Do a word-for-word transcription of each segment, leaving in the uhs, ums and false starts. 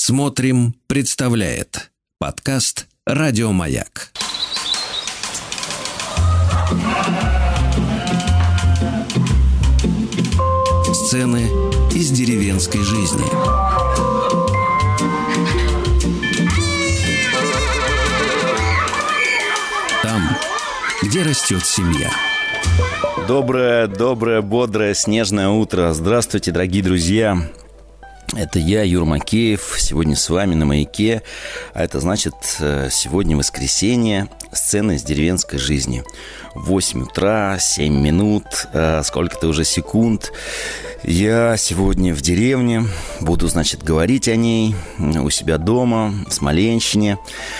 Смотрим, представляет подкаст «Радио Маяк». Сцены из деревенской жизни. Там, где растет семья. Доброе, доброе, бодрое, снежное утро. Здравствуйте, дорогие друзья. Это я, Юр Макеев, сегодня с вами на Маяке. А это значит, сегодня воскресенье, сцена из деревенской жизни. восемь утра, семь минут, сколько-то уже секунд. Я сегодня в деревне, буду, значит, говорить о ней у себя дома, в Смоленщине.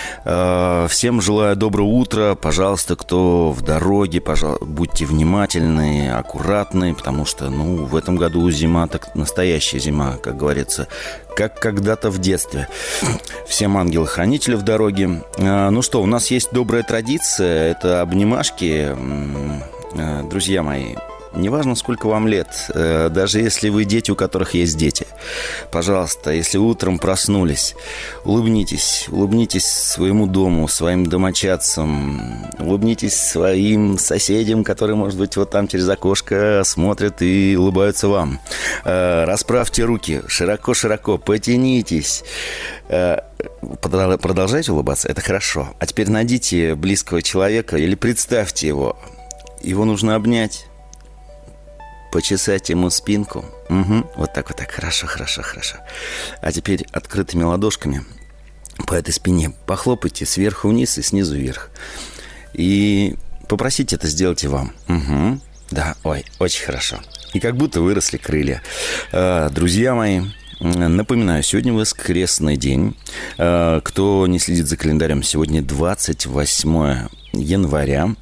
Всем желаю доброго утра. Пожалуйста, кто в дороге, пожалуйста, будьте внимательны, аккуратны, потому что, ну, в этом году зима, так настоящая зима, как говорится, как когда-то в детстве. Всем ангелы-хранители в дороге. Ну что, у нас есть добрая традиция, это обнимашки, друзья мои. Неважно, сколько вам лет, даже если вы дети, у которых есть дети. Пожалуйста, если утром проснулись, улыбнитесь. Улыбнитесь своему дому, своим домочадцам. Улыбнитесь своим соседям, которые, может быть, вот там через окошко смотрят и улыбаются вам. Расправьте руки широко-широко, потянитесь. Продолжайте улыбаться, это хорошо. А теперь найдите близкого человека или представьте его. Его нужно обнять. Почесать ему спинку. Угу. Вот так вот так. Хорошо, хорошо, хорошо. А теперь открытыми ладошками по этой спине похлопайте сверху вниз и снизу вверх. И попросите это сделать и вам. Угу. Да, ой, очень хорошо. И как будто выросли крылья. Друзья мои, напоминаю, сегодня воскресный день. Кто не следит за календарем, сегодня двадцать восьмое января.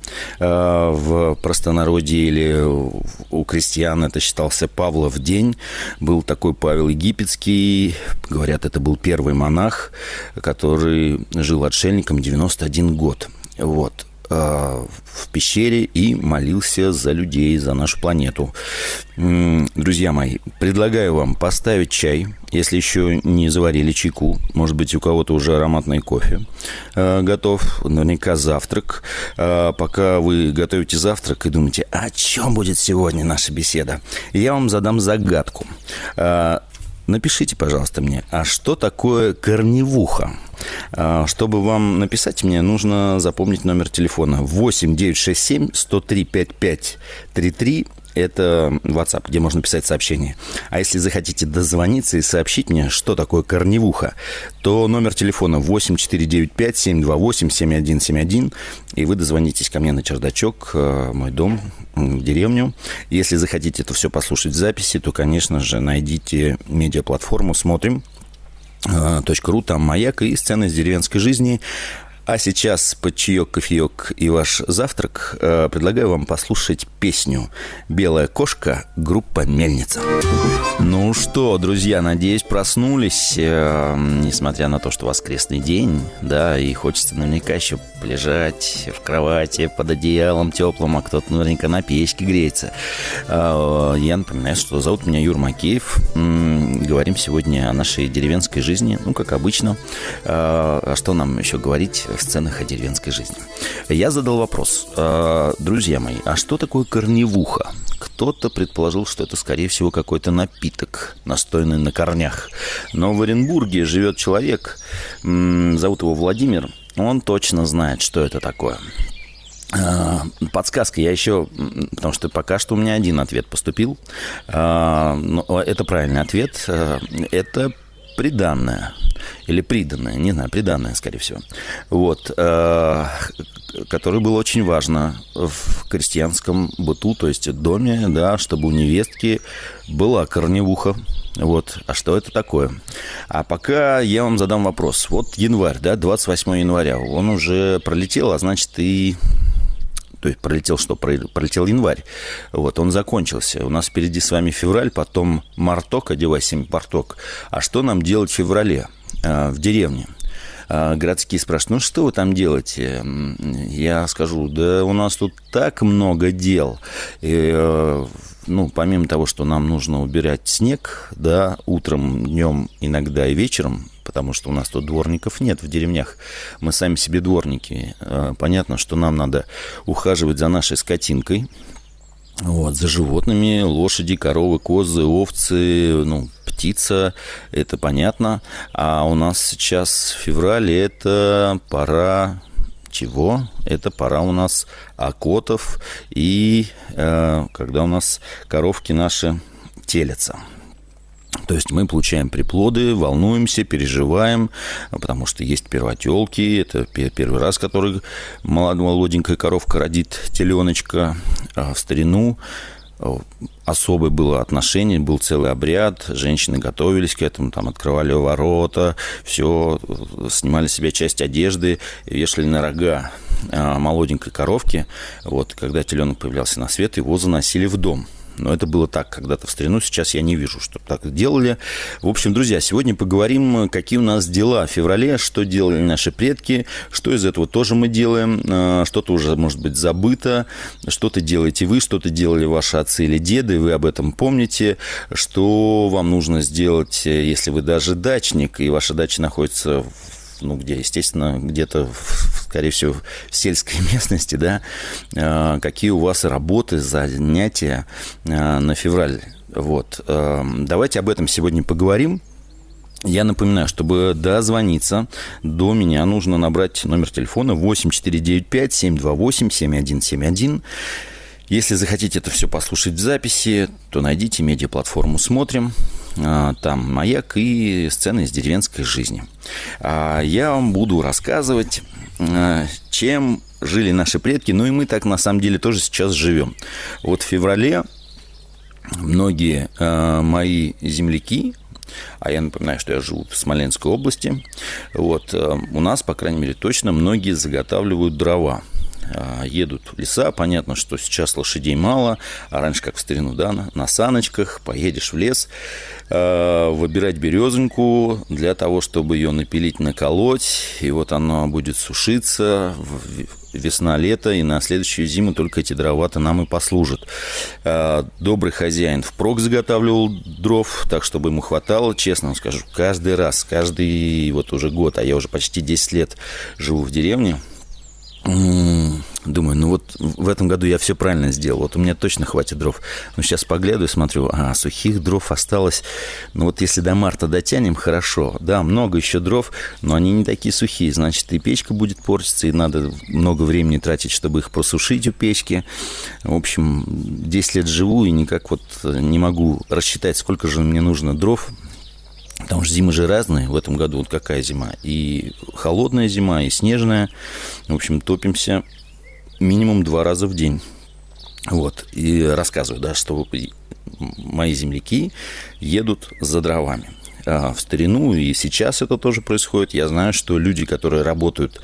В простонародье или у крестьян это считался Павлов день. Был такой Павел Египетский. Говорят, это был первый монах, который жил отшельником девяносто один год. Вот. В пещере и молился за людей, за нашу планету. Друзья мои, предлагаю вам поставить чай, если еще не заварили чайку. Может быть, у кого-то уже ароматный кофе готов. Наверняка завтрак. Пока вы готовите завтрак и думаете, о чем будет сегодня наша беседа, я вам задам загадку. Напишите, пожалуйста, мне, а что такое корневуха? Чтобы вам написать мне, нужно запомнить номер телефона восемь девятьсот шестьдесят семь сто три пятьдесят пять тридцать три. Это WhatsApp, где можно писать сообщения. А если захотите дозвониться и сообщить мне, что такое корневуха, то номер телефона восемь четыре девять пять семь два восемь семь один семь один. И вы дозвонитесь ко мне на чердачок, мой дом, в деревню. Если захотите это все послушать в записи, то, конечно же, найдите медиаплатформу «Смотрим точка ру», там «Маяк» и сцены из деревенской жизни. А сейчас под чаек, кофеек и ваш завтрак э, предлагаю вам послушать песню «Белая кошка», группа «Мельница». Ну что, друзья, надеюсь, проснулись, э, несмотря на то, что воскресный день, да, и хочется наверняка еще полежать в кровати под одеялом теплым, а кто-то наверняка на печке греется. Э, я напоминаю, что зовут меня Юр Макеев. М-м, говорим сегодня о нашей деревенской жизни, ну, как обычно. Э, а что нам еще говорить в сценах о деревенской жизни? Я задал вопрос. Друзья мои, а что такое корневуха? Кто-то предположил, что это, скорее всего, какой-то напиток, настойный на корнях. Но в Оренбурге живет человек, зовут его Владимир, он точно знает, что это такое. Подсказка, я еще, потому что пока что у меня один ответ поступил. Но это правильный ответ. Это приданное. Или приданное, не знаю, приданное, скорее всего. Вот, э, которое было очень важно в крестьянском быту, то есть в доме, да, чтобы у невестки была корневуха. Вот, а что это такое? А пока я вам задам вопрос. Вот январь, да, двадцать восьмое января, он уже пролетел, а значит и... То есть пролетел что? Пролетел январь. Вот, он закончился. У нас впереди с вами февраль, потом марток, одевайся, порток. А что нам делать в феврале э, в деревне? Э, городские спрашивают, ну что вы там делаете? Я скажу, да у нас тут так много дел. И, э, ну, помимо того, что нам нужно убирать снег, да, утром, днем, иногда и вечером, потому что у нас тут дворников нет в деревнях. Мы сами себе дворники. Понятно, что нам надо ухаживать за нашей скотинкой, вот, за животными, лошади, коровы, козы, овцы, ну, птица, это понятно. А у нас сейчас февраль, это пора чего? Это пора у нас окотов и э, когда у нас коровки наши телятся. То есть мы получаем приплоды, волнуемся, переживаем, потому что есть первотелки. Это первый раз, который молоденькая коровка родит теленочка. А в старину особое было отношение, был целый обряд. Женщины готовились к этому, там открывали ворота, все, снимали с себя часть одежды, вешали на рога молоденькой коровки. Вот, когда теленок появлялся на свет, его заносили в дом. Но это было так когда-то в старину, сейчас я не вижу, чтобы так делали. В общем, друзья, сегодня поговорим, какие у нас дела в феврале, что делали наши предки, что из этого тоже мы делаем, что-то уже, может быть, забыто, что-то делаете вы, что-то делали ваши отцы или деды, вы об этом помните, что вам нужно сделать, если вы даже дачник, и ваша дача находится в ну, где, естественно, где-то, скорее всего, в сельской местности, да, какие у вас работы, занятия на февраль. Вот. Давайте об этом сегодня поговорим. Я напоминаю, чтобы дозвониться до меня, нужно набрать номер телефона восемь четыре девять пять семь два восемь семь один семь один. Если захотите это все послушать в записи, то найдите медиаплатформу «Смотрим». Там «Маяк» и сцены из деревенской жизни. Я вам буду рассказывать, чем жили наши предки. Ну и мы так на самом деле тоже сейчас живем. Вот в феврале многие мои земляки, а я напоминаю, что я живу в Смоленской области, вот, у нас, по крайней мере, точно многие заготавливают дрова. Едут в леса, понятно, что сейчас лошадей мало, а раньше, как в старину, да, на, на саночках поедешь в лес, э, выбирать березоньку для того, чтобы ее напилить, наколоть, и вот она будет сушиться весна-лето, и на следующую зиму только эти дрова-то нам и послужат. Э, добрый хозяин впрок заготавливал дров, так, чтобы ему хватало, честно вам скажу, каждый раз, каждый вот уже год, а я уже почти десять лет живу в деревне. Думаю, ну вот в этом году я все правильно сделал. Вот у меня точно хватит дров. Но сейчас поглядываю, смотрю, а, сухих дров осталось. Ну вот если до марта дотянем, хорошо. Да, много еще дров, но они не такие сухие. Значит, и печка будет портиться, и надо много времени тратить, чтобы их просушить у печки. В общем, десять лет живу и никак вот не могу рассчитать, сколько же мне нужно дров. Потому что зимы же разные. В этом году вот какая зима. И холодная зима, и снежная. В общем, топимся минимум два раза в день. Вот. И рассказываю, да, что мои земляки едут за дровами. А в старину, и сейчас это тоже происходит. Я знаю, что люди, которые работают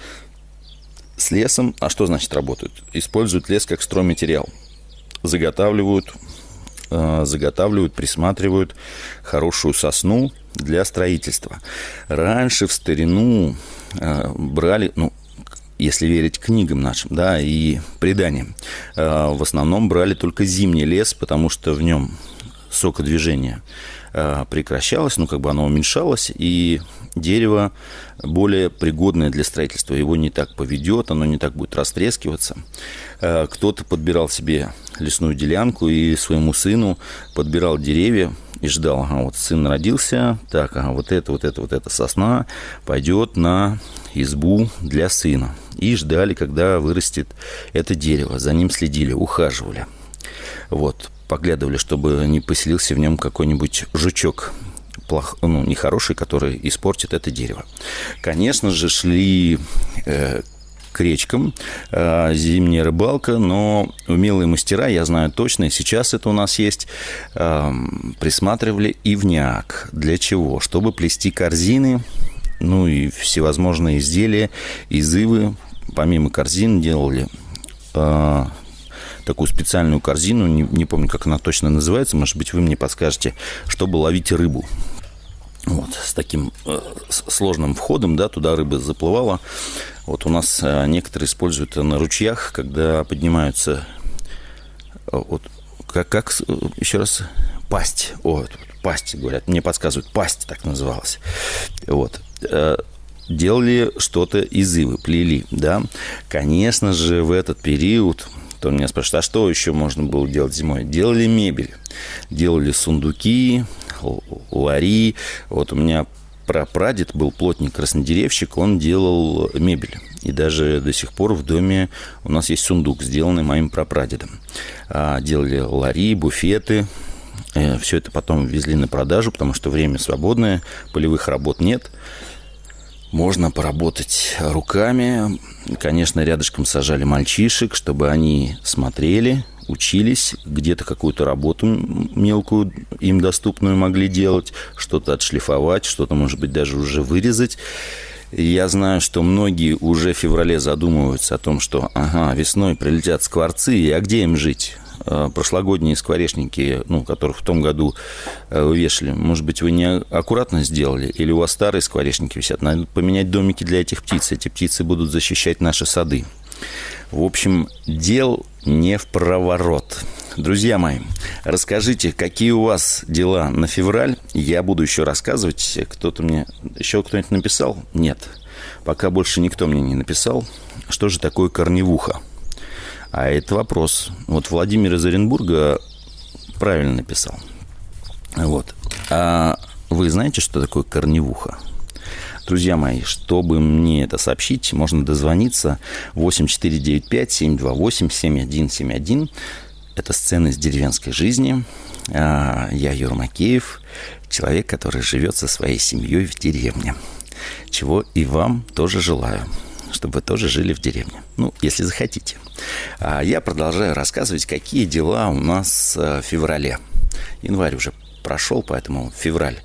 с лесом... А что значит работают? Используют лес как стройматериал. Заготавливают, заготавливают, присматривают хорошую сосну для строительства. Раньше в старину э, брали, ну, если верить книгам нашим, да, и преданиям, э, в основном брали только зимний лес, потому что в нем сокодвижение э, прекращалось, ну, как бы оно уменьшалось, и дерево более пригодное для строительства. Его не так поведет, оно не так будет растрескиваться. Э, кто-то подбирал себе лесную делянку и своему сыну подбирал деревья, и ждал, ага, вот сын родился, так, ага, вот это, вот это, вот эта сосна пойдет на избу для сына. И ждали, когда вырастет это дерево. За ним следили, ухаживали. Вот, поглядывали, чтобы не поселился в нем какой-нибудь жучок, плох, ну, нехороший, который испортит это дерево. Конечно же, шли... Э, к речкам, э, зимняя рыбалка, но умелые мастера, я знаю точно, и сейчас это у нас есть, э, присматривали ивняк. Для чего? Чтобы плести корзины, ну и всевозможные изделия из ивы. Помимо корзин делали э, такую специальную корзину, не, не помню, как она точно называется, может быть, вы мне подскажете, чтобы ловить рыбу. Вот, с таким э, сложным входом, да, туда рыба заплывала. Вот у нас э, некоторые используют это на ручьях, когда поднимаются, э, вот, как, как, еще раз, пасть, о, пасть, говорят, мне подсказывают, пасть так называлась. Вот, делали что-то из ивы, плели, да. Конечно же, в этот период, кто меня спрашивает, а что еще можно было делать зимой? Делали мебель, делали сундуки, лари. Вот у меня прапрадед был плотник-краснодеревщик, он делал мебель. И даже до сих пор в доме у нас есть сундук, сделанный моим прапрадедом. Делали лари, буфеты. Все это потом везли на продажу, потому что время свободное, полевых работ нет. Можно поработать руками. Конечно, рядышком сажали мальчишек, чтобы они смотрели, учились, где-то какую-то работу мелкую им доступную могли делать, что-то отшлифовать, что-то, может быть, даже уже вырезать. Я знаю, что многие уже в феврале задумываются о том, что ага, весной прилетят скворцы, а где им жить? Прошлогодние скворечники, ну, которых в том году вешали, может быть, вы не аккуратно сделали, или у вас старые скворечники висят. Надо поменять домики для этих птиц. Эти птицы будут защищать наши сады. В общем, дел не в проворот. Друзья мои, расскажите, какие у вас дела на февраль. Я буду еще рассказывать. Кто-то мне... Еще кто-нибудь написал? Нет. Пока больше никто мне не написал. Что же такое корневуха? А это вопрос. Вот Владимир из Оренбурга правильно написал. Вот. А вы знаете, что такое корневуха? Друзья мои, чтобы мне это сообщить, можно дозвониться восемь четыре девять пять семь два восемь семь один семь один. Это сцены из деревенской жизни. Я Юра Макеев, человек, который живет со своей семьей в деревне. Чего и вам тоже желаю, чтобы вы тоже жили в деревне. Ну, если захотите. А я продолжаю рассказывать, какие дела у нас в феврале. Январь уже прошел, поэтому февраль.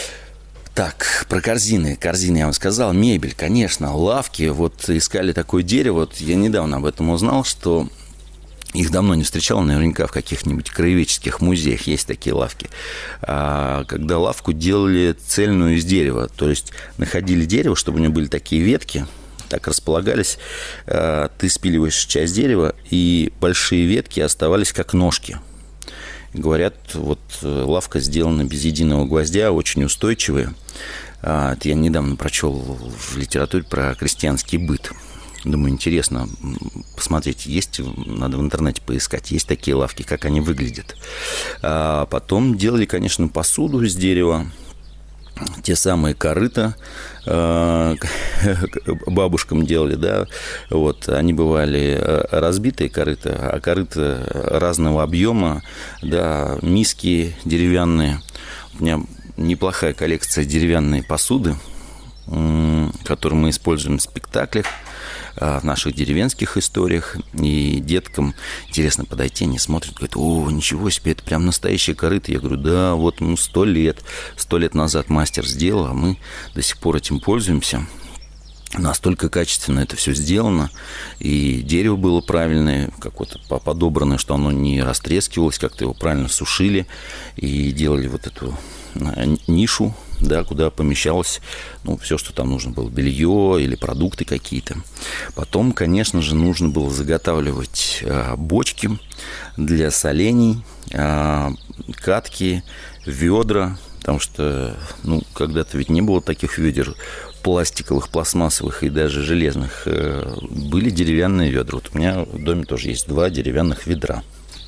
Так, про корзины. Корзины я вам сказал. Мебель, конечно, лавки. Вот искали такое дерево. Вот я недавно об этом узнал, что их давно не встречал, наверняка в каких-нибудь краеведческих музеях есть такие лавки. А, когда лавку делали цельную из дерева. То есть находили дерево, чтобы у него были такие ветки, так располагались, ты спиливаешь часть дерева, и большие ветки оставались как ножки. Говорят, вот лавка сделана без единого гвоздя, очень устойчивая. Это я недавно прочел в литературе про крестьянский быт. Думаю, интересно посмотреть, есть, надо в интернете поискать, есть такие лавки, как они выглядят. А потом делали, конечно, посуду из дерева. Те самые корыта э, бабушкам делали, да, вот, они бывали разбитые корыта, а корыта разного объема, да, миски деревянные. У меня неплохая коллекция деревянной посуды, э, которую мы используем в спектаклях, в наших деревенских историях. И деткам интересно подойти, они смотрят, говорят, о, ничего себе, это прям настоящая корыта. Я говорю, да, вот ну сто лет, сто лет назад мастер сделал, а мы до сих пор этим пользуемся. Настолько качественно это все сделано, и дерево было правильное, какое-то подобранное, что оно не растрескивалось, как-то его правильно сушили и делали вот эту нишу, да, куда помещалось, ну, все, что там нужно было, белье или продукты какие-то. Потом, конечно же, нужно было заготавливать а, бочки для солений, а, катки, ведра, потому что, ну, когда-то ведь не было таких ведер пластиковых, пластмассовых и даже железных. Были деревянные ведра. Вот у меня в доме тоже есть два деревянных ведра.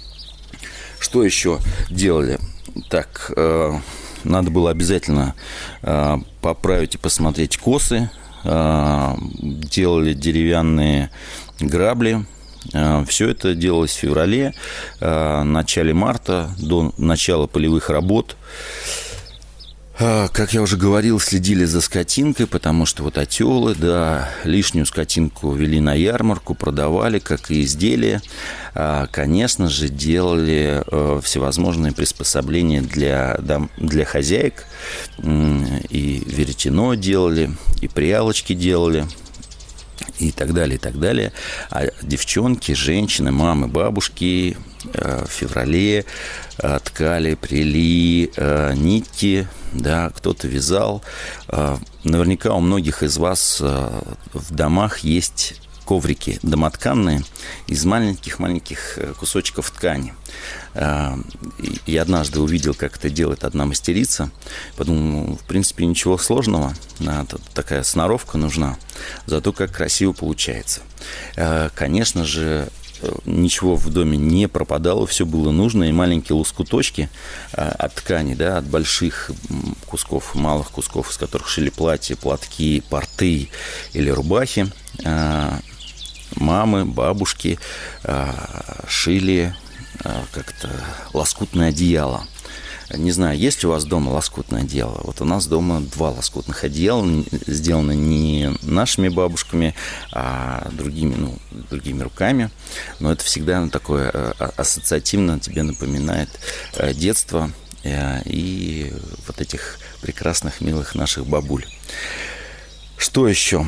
Что еще делали? Так, надо было обязательно поправить и посмотреть косы. Делали деревянные грабли. Все это делалось в феврале, в начале марта, до начала полевых работ. Как я уже говорил, следили за скотинкой, потому что вот отелы, да, лишнюю скотинку вели на ярмарку, продавали, как и изделия. Конечно же, делали всевозможные приспособления для, для хозяек. И веретено делали, и прялочки делали, и так далее, и так далее. А девчонки, женщины, мамы, бабушки в феврале ткали, пряли нитки, да, кто-то вязал. Наверняка у многих из вас в домах есть коврики домотканные из маленьких-маленьких кусочков ткани. И однажды увидел, как это делает одна мастерица. Подумал, в принципе, ничего сложного. Такая сноровка нужна. Зато как красиво получается. Конечно же, ничего в доме не пропадало, все было нужно, и маленькие лоскуточки от ткани, да, от больших кусков, малых кусков, из которых шили платья, платки, порты или рубахи, мамы, бабушки шили как-то лоскутное одеяло. Не знаю, есть ли у вас дома лоскутное одеяло? Вот у нас дома два лоскутных одеяла, сделаны не нашими бабушками, а другими, ну, другими руками. Но это всегда такое ассоциативно тебе напоминает детство и вот этих прекрасных, милых наших бабуль. Что еще?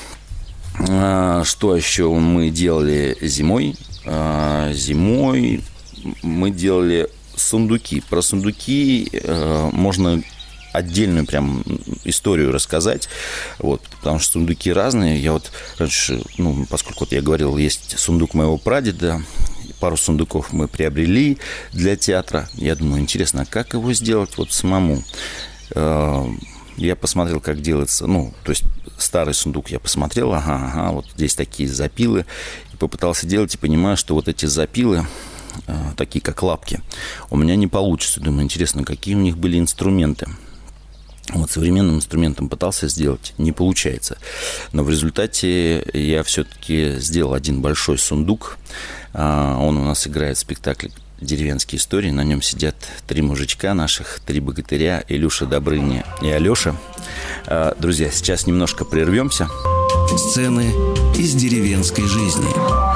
Что еще мы делали зимой? Зимой мы делали сундуки. Про сундуки э, можно отдельную прям историю рассказать, вот, потому что сундуки разные. Я вот раньше, ну, поскольку вот я говорил, есть сундук моего прадеда, пару сундуков мы приобрели для театра. Я думаю, интересно, а как его сделать вот самому? Э, я посмотрел, как делается, ну, то есть старый сундук я посмотрел, ага, ага, вот здесь такие запилы, и попытался делать, и понимаю, что вот эти запилы, такие как лапки, у меня не получится. Думаю, интересно, какие у них были инструменты. Вот современным инструментом пытался сделать, не получается. Но в результате я все-таки сделал один большой сундук. Он у нас играет в спектакле «Деревенские истории». На нем сидят три мужичка наших, три богатыря, Илюша, Добрыня и Алеша. Друзья, сейчас немножко прервемся. Сцены из деревенской жизни.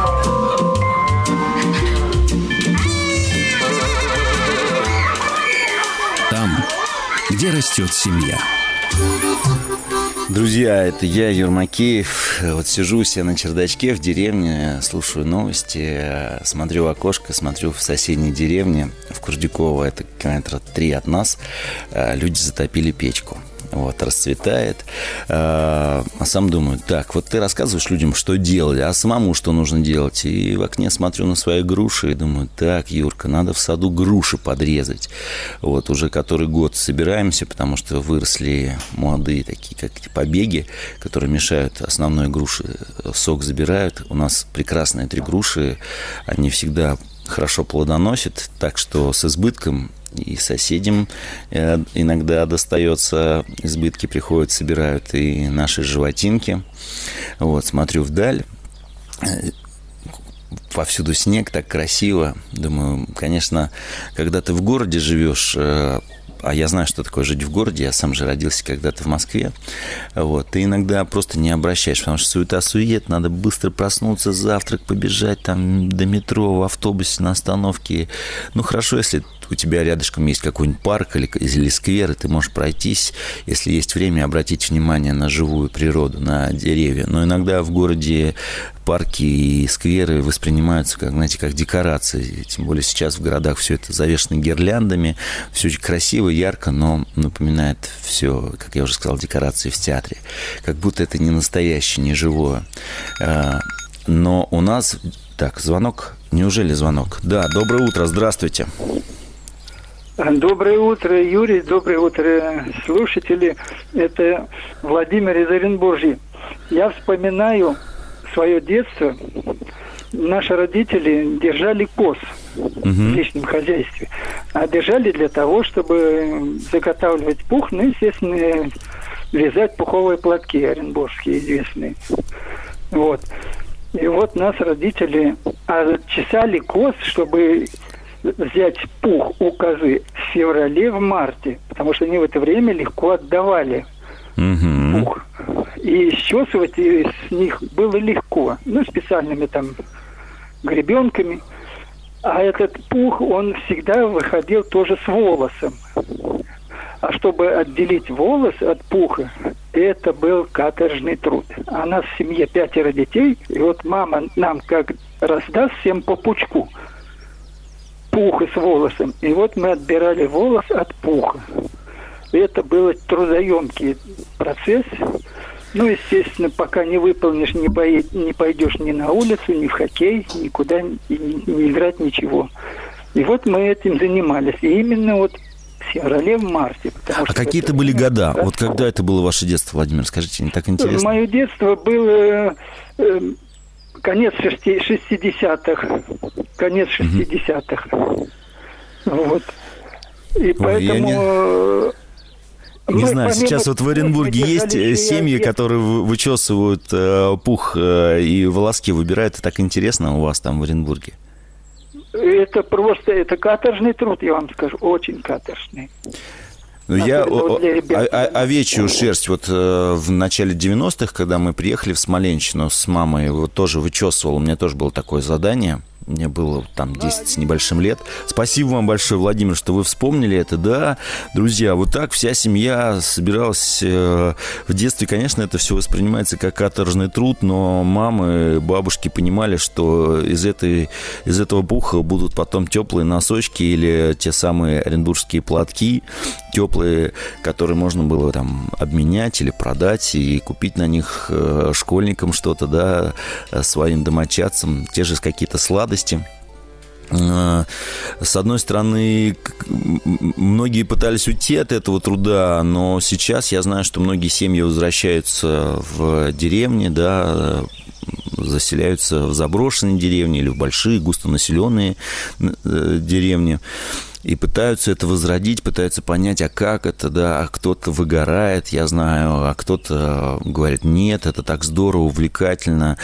Там, где растет семья. Друзья, это я, Юр Макеев. Вот сижу себе на чердачке в деревне, слушаю новости, смотрю в окошко, смотрю в соседней деревне, в Курдюково, это километра три от нас, люди затопили печку. Вот, расцветает. А сам думаю, так, вот ты рассказываешь людям, что делали, а самому что нужно делать. И в окне смотрю на свои груши и думаю, так, Юрка, надо в саду груши подрезать. Вот, уже который год собираемся, потому что выросли молодые такие, как побеги, которые мешают основной груши, сок забирают. У нас прекрасные три груши, они всегда хорошо плодоносят, так что с избытком. И соседям иногда достается, избытки приходят, собирают и наши животинки. Вот, смотрю вдаль, повсюду снег, так красиво. Думаю, конечно, когда ты в городе живешь, а я знаю, что такое жить в городе, я сам же родился когда-то в Москве, вот, ты иногда просто не обращаешь, потому что суета-сует, надо быстро проснуться, завтрак, побежать там до метро, в автобусе, на остановке. Ну, хорошо, если у тебя рядышком есть какой-нибудь парк или, или сквер, и ты можешь пройтись, если есть время, обратить внимание на живую природу, на деревья. Но иногда в городе парки и скверы воспринимаются как, знаете, как декорации. Тем более сейчас в городах все это завешено гирляндами, все очень красиво, ярко, но напоминает все, как я уже сказал, декорации в театре. Как будто это не настоящее, не живое. Но у нас... Так, звонок. Неужели звонок? Да, доброе утро, здравствуйте. Доброе утро, Юрий, доброе утро, слушатели. Это Владимир из Оренбуржья. Я вспоминаю свое детство. Наши родители держали коз угу. в личном хозяйстве. А держали для того, чтобы заготавливать пух, ну, естественно, вязать пуховые платки оренбургские известные. Вот. И вот нас родители чесали коз, чтобы взять пух у козы в феврале, в марте, потому что они в это время легко отдавали mm-hmm. пух. И счесывать с них было легко, ну, специальными там гребенками. А этот пух, он всегда выходил тоже с волосом. А чтобы отделить волос от пуха, это был каторжный труд. А нас в семье пятеро детей, и вот мама нам как раздаст всем по пучку пуха с волосом. И вот мы отбирали волос от пуха. И это был трудоемкий процесс. Ну, естественно, пока не выполнишь, не, поед... не пойдешь ни на улицу, ни в хоккей, никуда не, не играть, ничего. И вот мы этим занимались. И именно вот в феврале, в марте. А какие-то были года? Да? Вот когда это было ваше детство, Владимир? Скажите, мне так интересно. Мое детство было э, конец шестидесятых. Конец шестидесятых. Угу. Вот. И Ой, поэтому... Я не... Не Мы, знаю, сейчас вот в Оренбурге есть семьи, я... которые вычесывают э, пух э, и волоски выбирают. Это так интересно у вас там в Оренбурге? Это просто, это каторжный труд, я вам скажу, очень каторжный. Ну, я о, о, овечью шерсть вот э, в начале девяностых, когда мы приехали в Смоленщину с мамой, вот тоже вычесывал, у меня тоже было такое задание. Мне было там десять с небольшим лет. Спасибо вам большое, Владимир, что вы вспомнили это. Да, друзья, вот так вся семья собиралась э, в детстве. Конечно, это все воспринимается как каторжный труд, но мамы, бабушки понимали, что из, этой, из этого пуха будут потом теплые носочки или те самые оренбургские платки теплые, которые можно было там обменять или продать и купить на них э, школьникам что-то, да, своим домочадцам, те же какие-то сладости. С одной стороны, многие пытались уйти от этого труда, но сейчас я знаю, что многие семьи возвращаются в деревни, да, заселяются в заброшенные деревни или в большие густонаселенные деревни. И пытаются это возродить, пытаются понять, а как это, да, а кто-то выгорает, я знаю, а кто-то говорит, нет, это так здорово, увлекательно.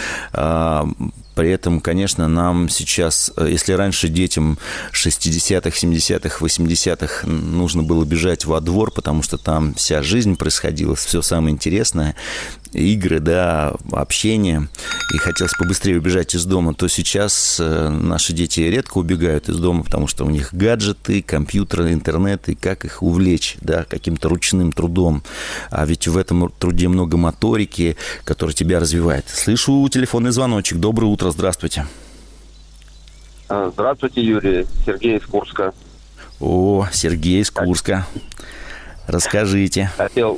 При этом, конечно, нам сейчас, если раньше детям шестидесятых, семидесятых, восьмидесятых нужно было бежать во двор, потому что там вся жизнь происходила, все самое интересное, игры, да, общение, и хотелось побыстрее убежать из дома, то сейчас наши дети редко убегают из дома, потому что у них гаджеты, компьютеры, интернет, и как их увлечь, да, каким-то ручным трудом. А ведь в этом труде много моторики, которая тебя развивает. Слышу телефонный звоночек. Доброе утро, здравствуйте. Здравствуйте, Юрий. Сергей из Курска. О, Сергей из Курска. Расскажите. Хотел...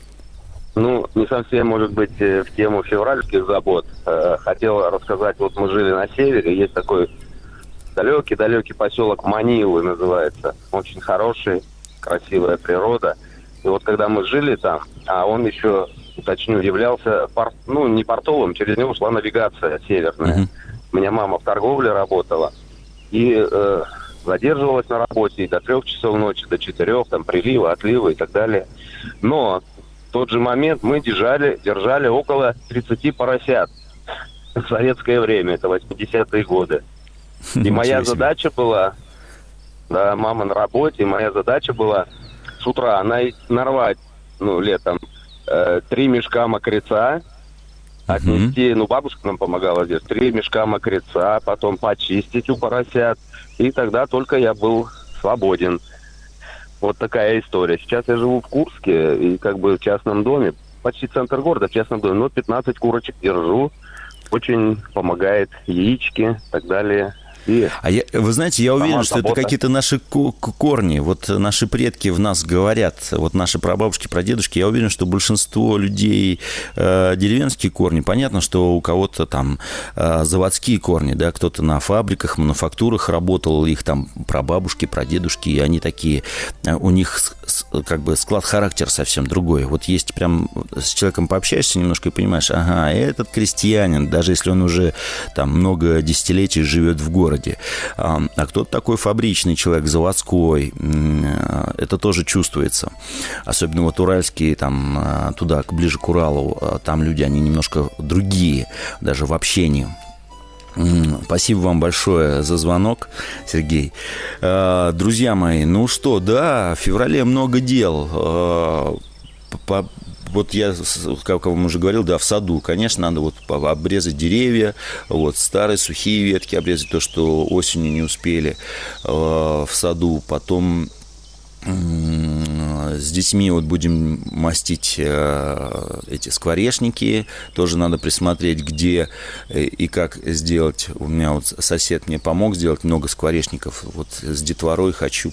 Ну, не совсем, может быть, в тему февральских забот. Хотел рассказать, вот мы жили на севере, есть такой далекий-далекий поселок Манилы называется. Очень хороший, красивая природа. И вот когда мы жили там, а он еще, уточню, являлся, порт, ну, не портовым, через него шла навигация северная. Uh-huh. У меня мама в торговле работала. И э, задерживалась на работе и до трех часов ночи, до четырех, там, прилива, отлива и так далее. Но в тот же момент мы держали, держали около тридцати поросят в советское время, это восьмидесятые годы. И моя задача была, да, мама на работе, и моя задача была с утра нарвать, ну, летом, э, три мешка мокреца, отнести, ну, бабушка нам помогала здесь, три мешка мокреца, потом почистить у поросят, и тогда только я был свободен. Вот такая история. Сейчас я живу в Курске, и как бы в частном доме, почти центр города, в частном доме, но пятнадцать курочек держу. Очень помогает яички и так далее. И а я, вы знаете, я уверен, что это какие-то наши корни. Вот наши предки в нас говорят, вот наши прабабушки, прадедушки. Я уверен, что большинство людей э, деревенские корни. Понятно, что у кого-то там э, заводские корни, да, кто-то на фабриках, мануфактурах работал, их там прабабушки, прадедушки, и они такие, э, у них с, с, как бы склад характера совсем другой. Вот есть прям с человеком пообщаешься немножко и понимаешь, ага, этот крестьянин, даже если он уже там много десятилетий живет в городе. А кто-то такой фабричный человек, заводской, это тоже чувствуется. Особенно вот уральские, там, туда, ближе к Уралу, там люди, они немножко другие, даже в общении. Спасибо вам большое за звонок, Сергей. Друзья мои, ну что, да, в феврале много дел. Вот я, как вам уже говорил, да, в саду, конечно, надо вот обрезать деревья, вот старые сухие ветки обрезать, то, что осенью не успели э, в саду. Потом э, с детьми вот будем мастить э, эти скворечники, тоже надо присмотреть, где и как сделать. У меня вот сосед мне помог сделать много скворечников, вот с детворой хочу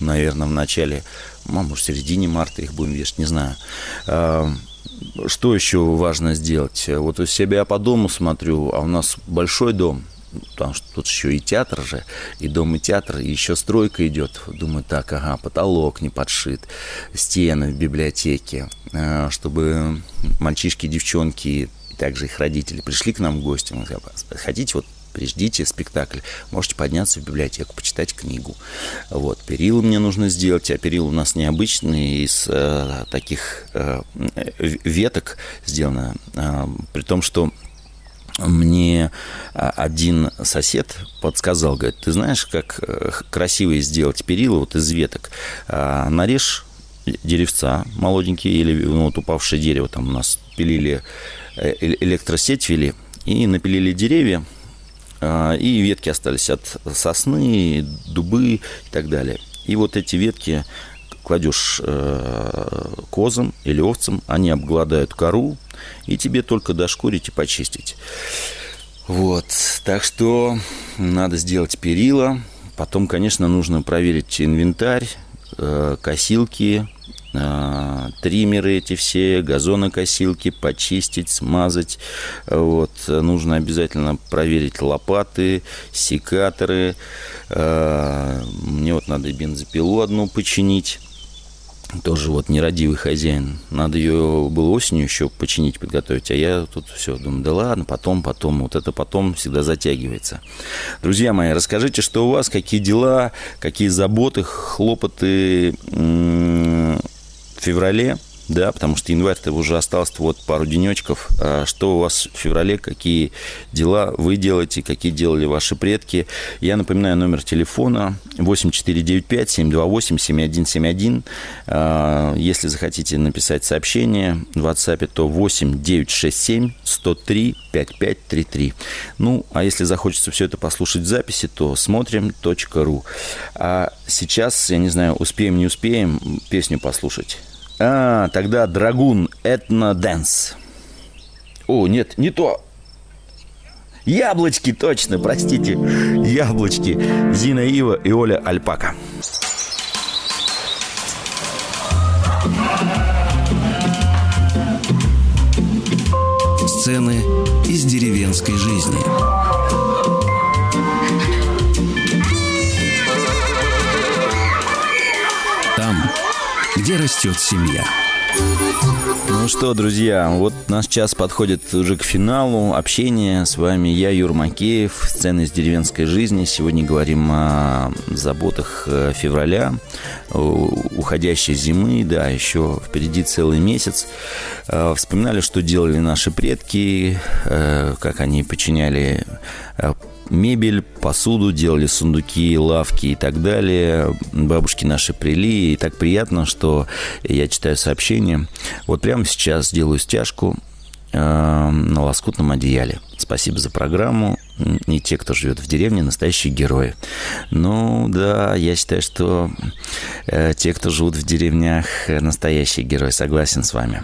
наверное, в начале, ну, может, в середине марта их будем вешать, не знаю. Что еще важно сделать? Вот у себя по дому смотрю, а у нас большой дом, потому что тут еще и театр же, и дом, и театр, и еще стройка идет. Думаю, так, ага, потолок не подшит, стены в библиотеке, чтобы мальчишки, девчонки, и также их родители пришли к нам в гости. Мы сказали, хотите, вот ждите спектакль, можете подняться в библиотеку, почитать книгу. Вот, перила мне нужно сделать, а перила у нас необычные, из э, таких э, веток сделано, э, при том, что мне один сосед подсказал, говорит, ты знаешь, как красиво сделать перила вот из веток? Э, нарежь деревца молоденькие или ну, вот упавшее дерево, там у нас пилили, электросеть вели, и напилили деревья, и ветки остались от сосны, дубы и так далее. И вот эти ветки кладешь козам или овцам, они обгладают кору, и тебе только дошкурить и почистить. Вот, так что надо сделать перила. Потом, конечно, нужно проверить инвентарь, косилки, триммеры эти все, газонокосилки, почистить, смазать. Вот. Нужно обязательно проверить лопаты, секаторы. Мне вот надо бензопилу одну починить. Тоже вот нерадивый хозяин. Надо ее было осенью еще починить, подготовить. А я тут все думаю, да ладно, потом, потом. Вот это потом всегда затягивается. Друзья мои, расскажите, что у вас, какие дела, какие заботы, хлопоты в феврале, да, потому что январь-то уже осталось вот пару денечков. А что у вас в феврале, какие дела вы делаете, какие делали ваши предки? Я напоминаю номер телефона восемь четыре девять пять семь два восемь семь один семь один. Если захотите написать сообщение в WhatsApp, то восемь девятьсот шестьдесят семь сто три пятьдесят пять тридцать три. Ну, а если захочется все это послушать в записи, то смотрим точка ру. А сейчас, я не знаю, успеем, не успеем песню послушать. А, тогда Драгун, Этно Дэнс. О, нет, не то. Яблочки, точно, простите. Яблочки. Зина Ива и Оля Альпака. Сцены из деревенской жизни. Там, где растет семья. Ну что, друзья, вот наш час подходит уже к финалу общения. С вами я, Юр Макеев, сцены из деревенской жизни. Сегодня говорим о заботах февраля, уходящей зимы, да, еще впереди целый месяц. Вспоминали, что делали наши предки, как они починяли мебель, посуду, делали сундуки, лавки и так далее. Бабушки наши прили, и так приятно, что я читаю сообщения. Вот прямо сейчас делаю стяжку э, на лоскутном одеяле. Спасибо за программу. И те, кто живет в деревне, настоящие герои. Ну, да, я считаю, что э, те, кто живут в деревнях, настоящие герои. Согласен с вами.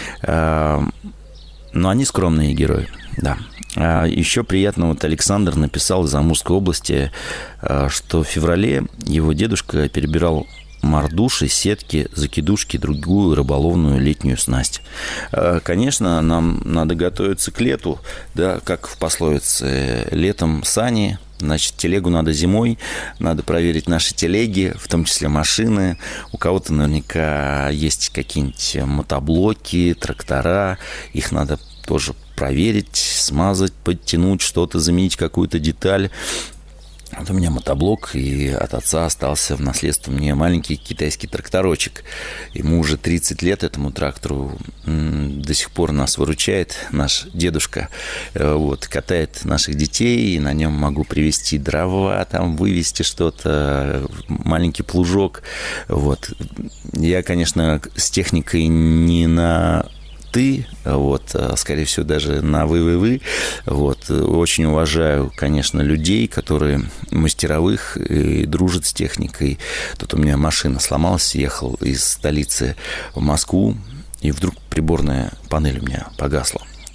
Э, но они скромные герои, да. А еще приятно, вот Александр написал из Амурской области, что в феврале его дедушка перебирал мордуши, сетки, закидушки, другую рыболовную летнюю снасть. Конечно, нам надо готовиться к лету, да, как в пословице, летом сани, значит, телегу надо зимой, надо проверить наши телеги, в том числе машины. У кого-то наверняка есть какие-нибудь мотоблоки, трактора, их надо тоже проверить, смазать, подтянуть, что-то, заменить какую-то деталь. Вот у меня мотоблок, и от отца остался в наследство мне маленький китайский тракторочек. Ему уже тридцать лет, этому трактору. До сих пор нас выручает наш дедушка. Вот, катает наших детей, и на нем могу привезти дрова, там вывезти что-то, маленький плужок. Вот. Я, конечно, с техникой не на... ты, вот, скорее всего, даже на вы-вы-вы. Вот. Очень уважаю, конечно, людей, которые мастеровых и дружат с техникой. Тут у меня машина сломалась, ехал из столицы в Москву, и вдруг приборная панель у меня погасла.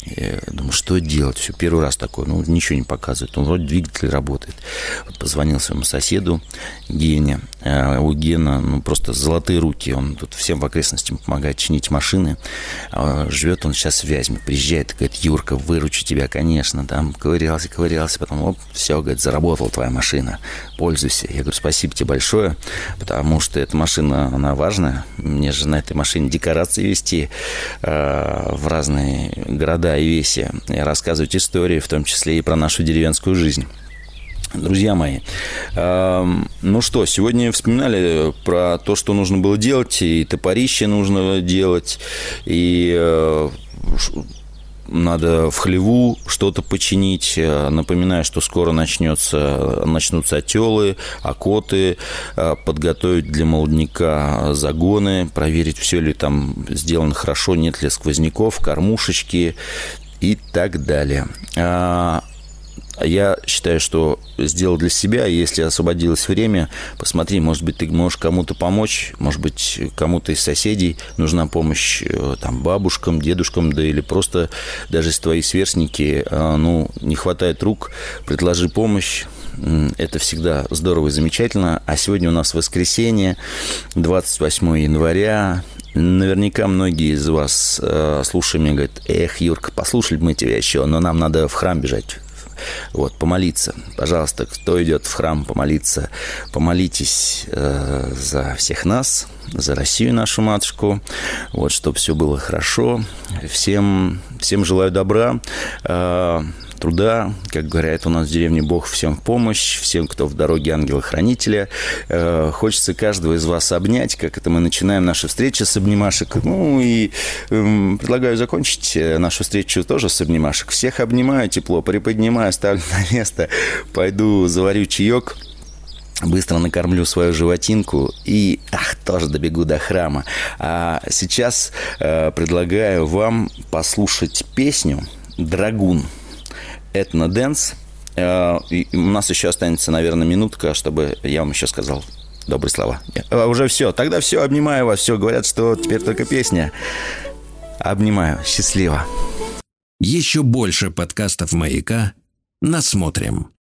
Я думаю, что делать? Все, первый раз такое. Ну, ничего не показывает. Он вроде двигатель работает. Вот позвонил своему соседу Гене. А у Гена, ну, просто золотые руки. Он тут всем в окрестностям помогает чинить машины. А живет он сейчас в Вязьме. Приезжает и говорит: Юрка, выручу тебя, конечно. Там ковырялся, ковырялся. Потом, оп, все, говорит, заработала твоя машина. Пользуйся. Я говорю: спасибо тебе большое, потому что эта машина, она важная. Мне же на этой машине декорации вести э, в разные города и веси, и рассказывать истории, в том числе и про нашу деревенскую жизнь. Друзья мои, э, ну что, сегодня вспоминали про то, что нужно было делать, и топорище нужно делать, и э, надо в хлеву что-то починить. Напоминаю, что скоро начнется, начнутся отелы, окоты, подготовить для молодняка загоны, проверить, все ли там сделано хорошо, нет ли сквозняков, кормушечки и так далее. Я считаю, что сделал для себя. Если освободилось время, посмотри, может быть, ты можешь кому-то помочь, может быть, кому-то из соседей нужна помощь, там, бабушкам, дедушкам, да или просто даже если твои сверстники, ну, не хватает рук, предложи помощь. Это всегда здорово и замечательно. А сегодня у нас воскресенье, двадцать восьмое января. Наверняка многие из вас, слушая меня, говорят: эх, Юрка, послушали бы мы тебя еще, но нам надо в храм бежать. Вот, помолиться. Пожалуйста, кто идет в храм помолиться, помолитесь э, за всех нас, за Россию, нашу матушку, вот, чтобы все было хорошо. Всем, всем желаю добра, э, труда. Как говорят у нас в деревне, Бог всем в помощь, всем, кто в дороге, ангела-хранителя. Э, хочется каждого из вас обнять, как это мы начинаем наши встречи с обнимашек. Ну и э, предлагаю закончить нашу встречу тоже с обнимашек. Всех обнимаю тепло, приподнимаю, ставлю на место, пойду заварю чаек, быстро накормлю свою животинку и, ах, тоже добегу до храма. А сейчас э, предлагаю вам послушать песню «Драгун». Этнодэнс. Э, и у нас еще останется, наверное, минутка, чтобы я вам еще сказал добрые слова. А, уже все. Тогда все, обнимаю вас. Все, говорят, что теперь только песня. Обнимаю. Счастливо. Еще больше подкастов «Маяка» насмотрим.